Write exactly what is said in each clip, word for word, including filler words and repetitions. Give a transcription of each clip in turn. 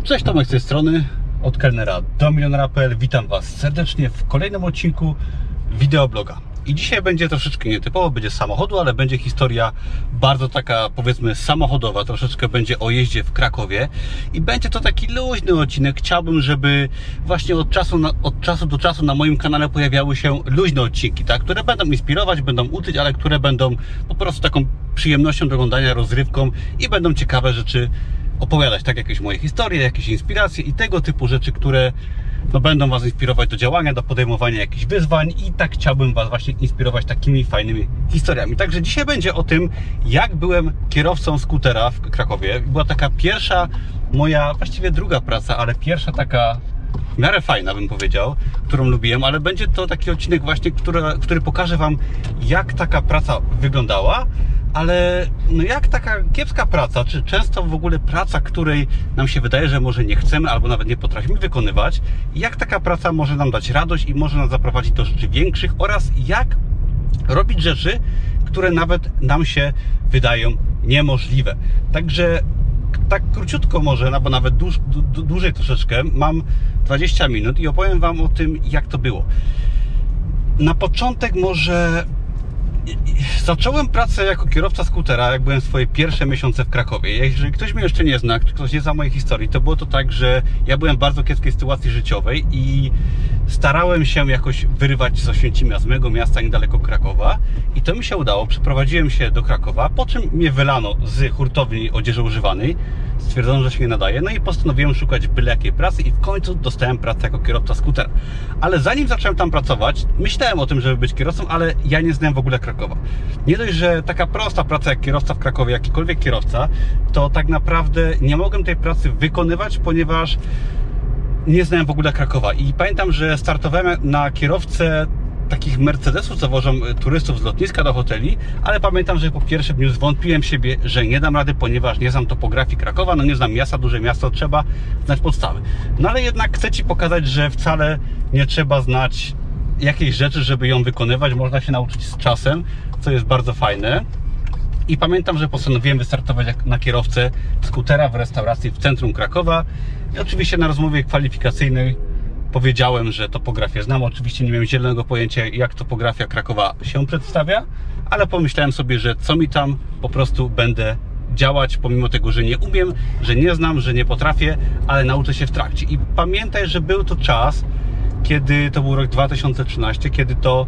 Cześć, Tomek z tej strony, od kelnera do milionera kropka p l. Witam Was serdecznie w kolejnym odcinku wideobloga. I dzisiaj będzie troszeczkę nietypowo, będzie z samochodu, ale będzie historia bardzo taka, powiedzmy, samochodowa. Troszeczkę będzie o jeździe w Krakowie i będzie to taki luźny odcinek. Chciałbym, żeby właśnie od czasu, na, od czasu do czasu na moim kanale pojawiały się luźne odcinki, tak? Które będą inspirować, będą uczyć, ale które będą po prostu taką przyjemnością do oglądania, rozrywką i będą ciekawe rzeczy opowiadać, tak, jakieś moje historie, jakieś inspiracje i tego typu rzeczy, które no, będą Was inspirować do działania, do podejmowania jakichś wyzwań i tak chciałbym Was właśnie inspirować takimi fajnymi historiami. Także dzisiaj będzie o tym, jak byłem kierowcą skutera w Krakowie. Była taka pierwsza moja, właściwie druga praca, ale pierwsza taka w miarę fajna, bym powiedział, którą lubiłem, ale będzie to taki odcinek właśnie, który, który pokaże Wam, jak taka praca wyglądała. Ale no jak taka kiepska praca, czy często w ogóle praca, której nam się wydaje, że może nie chcemy albo nawet nie potrafimy wykonywać, jak taka praca może nam dać radość i może nas zaprowadzić do rzeczy większych oraz jak robić rzeczy, które nawet nam się wydają niemożliwe. Także tak króciutko może, albo nawet dłuż, dłużej troszeczkę, mam dwadzieścia minut i opowiem Wam o tym, jak to było. Na początek może zacząłem pracę jako kierowca skutera, jak byłem swoje pierwsze miesiące w Krakowie. Jeżeli ktoś mnie jeszcze nie zna, ktoś nie zna mojej historii, to było to tak, że ja byłem w bardzo kiepskiej sytuacji życiowej i starałem się jakoś wyrywać z Oświęcimia, z mojego miasta niedaleko Krakowa i to mi się udało. Przeprowadziłem się do Krakowa, po czym mnie wylano z hurtowni odzieży używanej. Stwierdzono, że się nie nadaje, no i postanowiłem szukać byle jakiej pracy i w końcu dostałem pracę jako kierowca skutera. Ale zanim zacząłem tam pracować, myślałem o tym, żeby być kierowcą, ale ja nie znałem w ogóle Krakowa. Nie dość, że taka prosta praca jak kierowca w Krakowie, jakikolwiek kierowca, to tak naprawdę nie mogłem tej pracy wykonywać, ponieważ nie znałem w ogóle Krakowa. I pamiętam, że startowałem na kierowcę takich Mercedesów, co wożą turystów z lotniska do hoteli, ale pamiętam, że po pierwszym dniu zwątpiłem w siebie, że nie dam rady, ponieważ nie znam topografii Krakowa, no nie znam miasta, duże miasto, trzeba znać podstawy. No ale jednak chcę Ci pokazać, że wcale nie trzeba znać jakiejś rzeczy, żeby ją wykonywać, można się nauczyć z czasem, co jest bardzo fajne. I pamiętam, że postanowiłem wystartować na kierowcę skutera w restauracji w centrum Krakowa i oczywiście na rozmowie kwalifikacyjnej powiedziałem, że topografię znam. Oczywiście nie miałem zielonego pojęcia, jak topografia Krakowa się przedstawia, ale pomyślałem sobie, że co mi tam, po prostu będę działać, pomimo tego, że nie umiem, że nie znam, że nie potrafię, ale nauczę się w trakcie. I pamiętaj, że był to czas, kiedy to był rok dwa tysiące trzynasty, kiedy to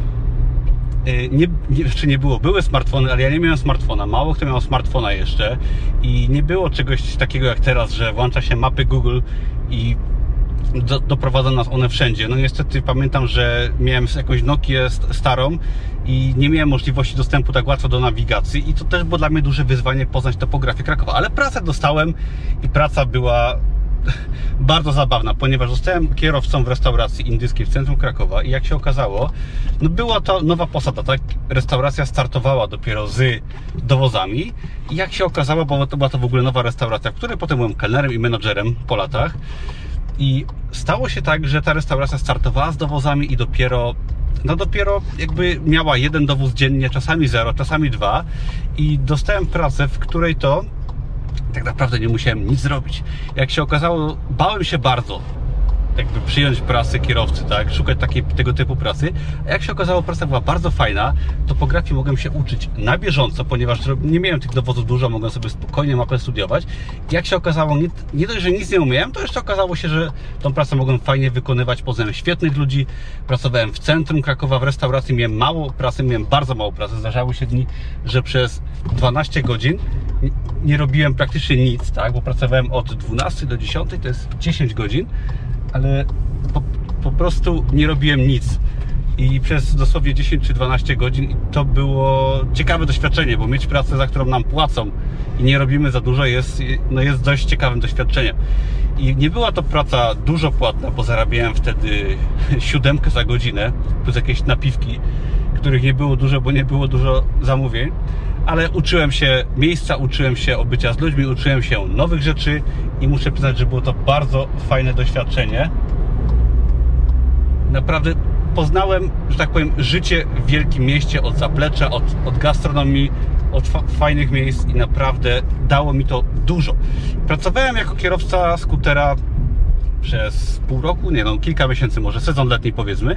nie, nie, jeszcze nie było, były smartfony, ale ja nie miałem smartfona, mało kto miał smartfona jeszcze i nie było czegoś takiego jak teraz, że włącza się mapy Google i Do, doprowadzą nas one wszędzie. No niestety pamiętam, że miałem jakąś Nokię starą i nie miałem możliwości dostępu tak łatwo do nawigacji i to też było dla mnie duże wyzwanie poznać topografię Krakowa, ale pracę dostałem i praca była bardzo zabawna, ponieważ zostałem kierowcą w restauracji indyjskiej w centrum Krakowa i jak się okazało, no była to nowa posada, tak? Restauracja startowała dopiero z dowozami i jak się okazało, bo to była to w ogóle nowa restauracja, w której potem byłem kelnerem i menadżerem po latach. I stało się tak, że ta restauracja startowała z dowozami i dopiero, no dopiero jakby miała jeden dowóz dziennie, czasami zero, czasami dwa i dostałem pracę, w której to tak naprawdę nie musiałem nic zrobić. Jak się okazało, bałem się bardzo jakby przyjąć pracę kierowcy, tak, szukać takiej, tego typu pracy. A jak się okazało, praca była bardzo fajna, topografii mogłem się uczyć na bieżąco, ponieważ nie miałem tych dowozów dużo, mogłem sobie spokojnie mapę studiować. I jak się okazało, nie, nie dość, że nic nie umiałem, to jeszcze okazało się, że tą pracę mogłem fajnie wykonywać, poznałem świetnych ludzi, pracowałem w centrum Krakowa, w restauracji, miałem mało pracy, miałem bardzo mało pracy, zdarzały się dni, że przez dwanaście godzin nie robiłem praktycznie nic, tak, bo pracowałem od dwunastej do dziesiątej, to jest dziesięć godzin, ale po, po prostu nie robiłem nic i przez dosłownie dziesięć czy dwanaście godzin to było ciekawe doświadczenie, bo mieć pracę, za którą nam płacą i nie robimy za dużo jest, no jest dość ciekawym doświadczeniem. I nie była to praca dużo płatna, bo zarabiałem wtedy siódemkę za godzinę plus jakieś napiwki, których nie było dużo, bo nie było dużo zamówień, ale uczyłem się miejsca, uczyłem się obycia z ludźmi, uczyłem się nowych rzeczy i muszę przyznać, że było to bardzo fajne doświadczenie. Naprawdę poznałem, że tak powiem, życie w wielkim mieście od zaplecza, od, od gastronomii, od fa fajnych miejsc i naprawdę dało mi to dużo. Pracowałem jako kierowca skutera przez pół roku, nie no, kilka miesięcy, może sezon letni powiedzmy,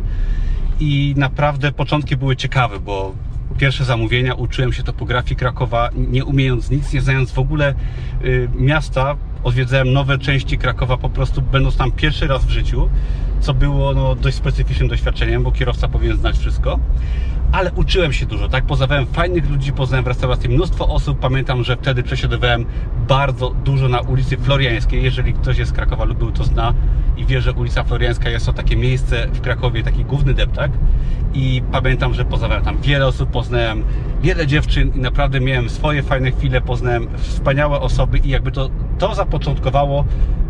i naprawdę początki były ciekawe, bo pierwsze zamówienia, uczyłem się topografii Krakowa, nie umiejąc nic, nie znając w ogóle y, miasta. Odwiedzałem nowe części Krakowa po prostu będąc tam pierwszy raz w życiu, co było no, dość specyficznym doświadczeniem, bo kierowca powinien znać wszystko. Ale uczyłem się dużo, tak? Poznawałem fajnych ludzi, poznałem w restauracji mnóstwo osób. Pamiętam, że wtedy przesiadywałem bardzo dużo na ulicy Floriańskiej. Jeżeli ktoś jest z Krakowa lub był, to zna i wie, że ulica Floriańska jest to takie miejsce w Krakowie, taki główny deptak. I pamiętam, że poznałem tam wiele osób, poznałem wiele dziewczyn i naprawdę miałem swoje fajne chwile, poznałem wspaniałe osoby i jakby to, to zapoczątkowało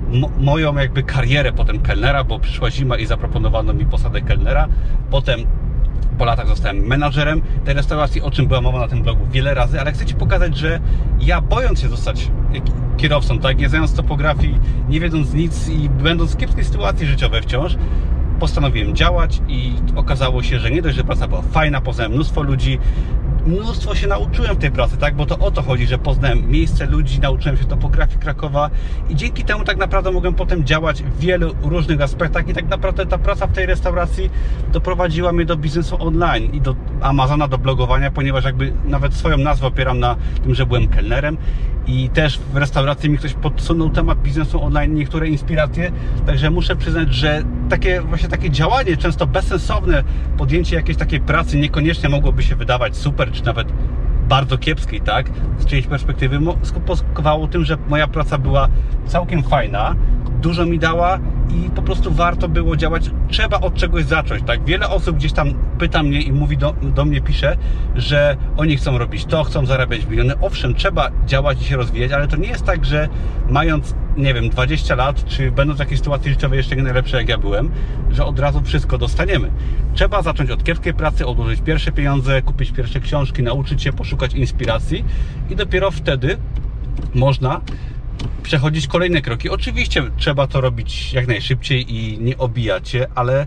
moją jakby karierę potem kelnera, bo przyszła zima i zaproponowano mi posadę kelnera. Potem po latach zostałem menadżerem tej restauracji, o czym była mowa na tym blogu wiele razy, ale chcę Ci pokazać, że ja bojąc się zostać kierowcą, tak, nie znając topografii, nie wiedząc nic i będąc w kiepskiej sytuacji życiowej wciąż, postanowiłem działać i okazało się, że nie dość, że praca była fajna, poznałem mnóstwo ludzi, mnóstwo się nauczyłem w tej pracy, tak, bo to o to chodzi, że poznałem miejsce ludzi, nauczyłem się topografii Krakowa i dzięki temu tak naprawdę mogłem potem działać w wielu różnych aspektach i tak naprawdę ta praca w tej restauracji doprowadziła mnie do biznesu online i do Amazona, do blogowania, ponieważ jakby nawet swoją nazwę opieram na tym, że byłem kelnerem i też w restauracji mi ktoś podsunął temat biznesu online, niektóre inspiracje, także muszę przyznać, że takie właśnie takie działanie, często bezsensowne podjęcie jakiejś takiej pracy niekoniecznie mogłoby się wydawać super, czy nawet bardzo kiepskiej, tak, z czyjejś perspektywy, skutkowało tym, że moja praca była całkiem fajna, dużo mi dała i po prostu warto było działać. Trzeba od czegoś zacząć, tak? Wiele osób gdzieś tam pyta mnie i mówi do, do mnie, pisze, że oni chcą robić to, chcą zarabiać miliony. Owszem, trzeba działać i się rozwijać, ale to nie jest tak, że mając, nie wiem, dwadzieścia lat, czy będąc w jakiejś sytuacji życiowej jeszcze nie najlepszej jak ja byłem, że od razu wszystko dostaniemy. Trzeba zacząć od kiepskiej pracy, odłożyć pierwsze pieniądze, kupić pierwsze książki, nauczyć się, poszukać inspiracji i dopiero wtedy można przechodzić kolejne kroki. Oczywiście trzeba to robić jak najszybciej i nie obijać się, ale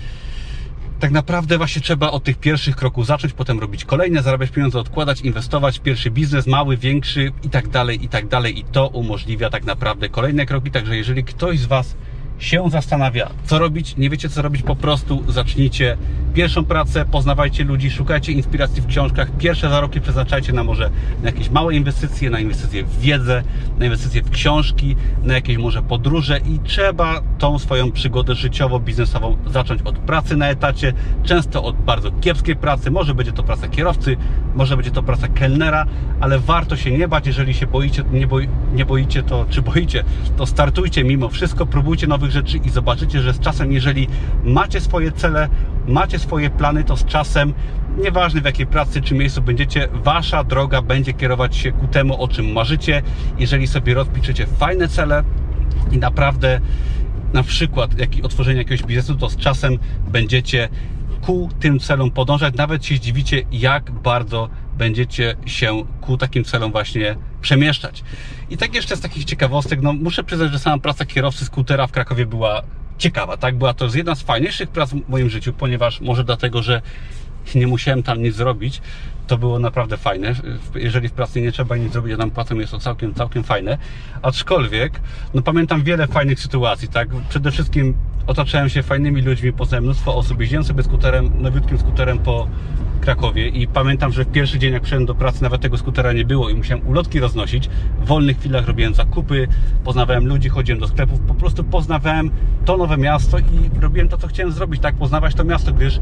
tak naprawdę właśnie trzeba od tych pierwszych kroków zacząć, potem robić kolejne, zarabiać pieniądze, odkładać, inwestować w pierwszy biznes, mały, większy i tak dalej, i tak dalej. I to umożliwia tak naprawdę kolejne kroki. Także jeżeli ktoś z Was się zastanawia, co robić, nie wiecie co robić, po prostu zacznijcie pierwszą pracę, poznawajcie ludzi, szukajcie inspiracji w książkach, pierwsze zarobki przeznaczajcie na może na jakieś małe inwestycje, na inwestycje w wiedzę, na inwestycje w książki, na jakieś może podróże i trzeba tą swoją przygodę życiowo-biznesową zacząć od pracy na etacie, często od bardzo kiepskiej pracy, może będzie to praca kierowcy, może będzie to praca kelnera, ale warto się nie bać, jeżeli się boicie, nie, boi, nie boicie to, czy boicie, to startujcie mimo wszystko, próbujcie nowych rzeczy i zobaczycie, że z czasem, jeżeli macie swoje cele, macie swoje plany, to z czasem, nieważne w jakiej pracy czy miejscu będziecie, wasza droga będzie kierować się ku temu, o czym marzycie. Jeżeli sobie rozpiszecie fajne cele i naprawdę na przykład jak otworzenie jakiegoś biznesu, to z czasem będziecie ku tym celom podążać, nawet się zdziwicie, jak bardzo będziecie się ku takim celom właśnie przemieszczać. I tak jeszcze z takich ciekawostek, no muszę przyznać, że sama praca kierowcy skutera w Krakowie była ciekawa, tak? Była to jedna z fajniejszych prac w moim życiu, ponieważ może dlatego, że nie musiałem tam nic zrobić, to było naprawdę fajne. Jeżeli w pracy nie trzeba nic zrobić, a tam potem jest to całkiem, całkiem fajne. Aczkolwiek, no pamiętam wiele fajnych sytuacji, tak? Przede wszystkim otaczałem się fajnymi ludźmi, poznałem mnóstwo osób, jeździłem sobie skuterem, nowiutkim skuterem po Krakowie i pamiętam, że w pierwszy dzień jak przyszedłem do pracy, nawet tego skutera nie było i musiałem ulotki roznosić. W wolnych chwilach robiłem zakupy, poznawałem ludzi, chodziłem do sklepów, po prostu poznawałem to nowe miasto i robiłem to, co chciałem zrobić, tak? Poznawać to miasto, gdyż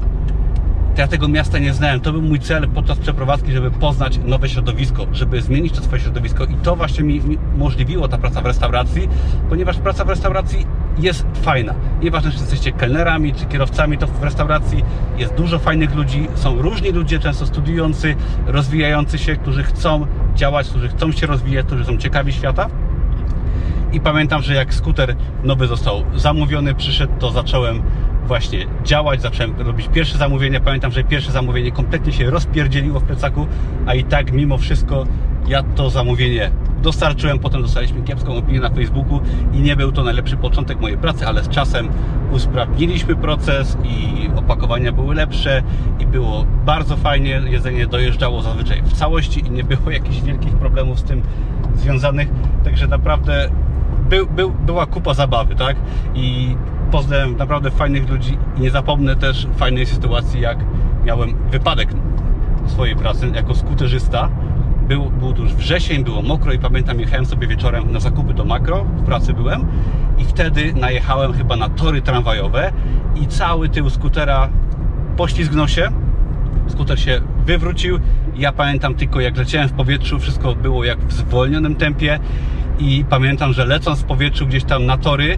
ja tego miasta nie znałem. To był mój cel podczas przeprowadzki, żeby poznać nowe środowisko, żeby zmienić to swoje środowisko i to właśnie mi, mi umożliwiło ta praca w restauracji, ponieważ praca w restauracji jest fajna. Nieważne, czy jesteście kelnerami, czy kierowcami, to w restauracji jest dużo fajnych ludzi, są różni ludzie, często studiujący, rozwijający się, którzy chcą działać, którzy chcą się rozwijać, którzy są ciekawi świata. I pamiętam, że jak skuter nowy został zamówiony, przyszedł, to zacząłem właśnie działać, zacząłem robić pierwsze zamówienie. Pamiętam, że pierwsze zamówienie kompletnie się rozpierdzieliło w plecaku, a i tak mimo wszystko ja to zamówienie dostarczyłem, potem dostaliśmy kiepską opinię na Facebooku i nie był to najlepszy początek mojej pracy, ale z czasem usprawniliśmy proces i opakowania były lepsze i było bardzo fajnie, jedzenie dojeżdżało zazwyczaj w całości i nie było jakichś wielkich problemów z tym związanych, także naprawdę był, był, była kupa zabawy, tak? I poznałem naprawdę fajnych ludzi i nie zapomnę też fajnej sytuacji, jak miałem wypadek swojej pracy jako skuterzysta. Był, był już wrzesień, było mokro i pamiętam, jechałem sobie wieczorem na zakupy do Makro, w pracy byłem i wtedy najechałem chyba na tory tramwajowe i cały tył skutera poślizgnął się, skuter się wywrócił. Ja pamiętam tylko, jak leciałem w powietrzu, wszystko było jak w zwolnionym tempie i pamiętam, że lecąc w powietrzu gdzieś tam na tory,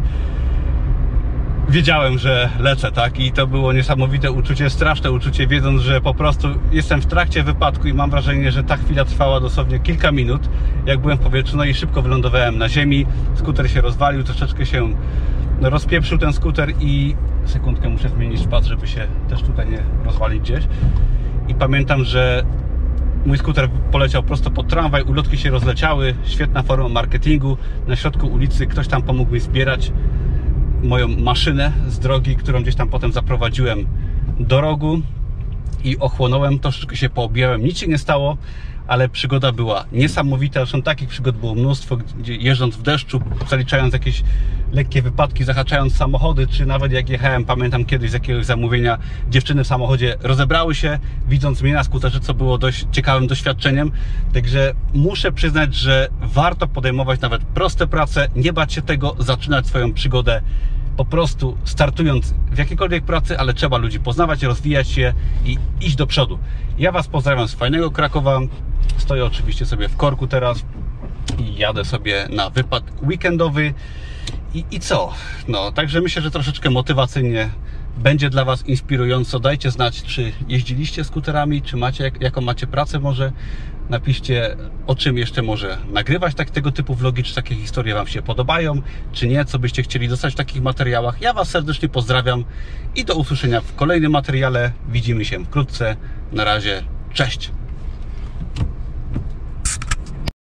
wiedziałem, że lecę, tak? I to było niesamowite uczucie, straszne uczucie, wiedząc, że po prostu jestem w trakcie wypadku i mam wrażenie, że ta chwila trwała dosłownie kilka minut, jak byłem w powietrzu, no i szybko wylądowałem na ziemi, skuter się rozwalił, troszeczkę się rozpieprzył ten skuter i sekundkę muszę zmienić szpat, żeby się też tutaj nie rozwalić gdzieś. I pamiętam, że mój skuter poleciał prosto pod tramwaj, ulotki się rozleciały, świetna forma marketingu, na środku ulicy ktoś tam pomógł mi zbierać moją maszynę z drogi, którą gdzieś tam potem zaprowadziłem do rogu i ochłonąłem, troszeczkę się poobijałem, nic się nie stało, ale przygoda była niesamowita. Zresztą takich przygód było mnóstwo, gdzie jeżdżąc w deszczu, zaliczając jakieś lekkie wypadki, zahaczając samochody, czy nawet jak jechałem, pamiętam kiedyś z jakiegoś zamówienia, dziewczyny w samochodzie rozebrały się, widząc mnie na skuterze, co było dość ciekawym doświadczeniem. Także muszę przyznać, że warto podejmować nawet proste prace, nie bać się tego, zaczynać swoją przygodę po prostu startując w jakiejkolwiek pracy, ale trzeba ludzi poznawać, rozwijać się i iść do przodu. Ja Was pozdrawiam z fajnego Krakowa. Stoję oczywiście sobie w korku teraz i jadę sobie na wypad weekendowy. I, i co? No, także myślę, że troszeczkę motywacyjnie będzie dla Was inspirująco. Dajcie znać, czy jeździliście skuterami, czy macie, jak, jaką macie pracę może. Napiszcie, o czym jeszcze może nagrywać tak, tego typu vlogi, czy takie historie Wam się podobają, czy nie, co byście chcieli dostać w takich materiałach. Ja Was serdecznie pozdrawiam i do usłyszenia w kolejnym materiale. Widzimy się wkrótce. Na razie, cześć!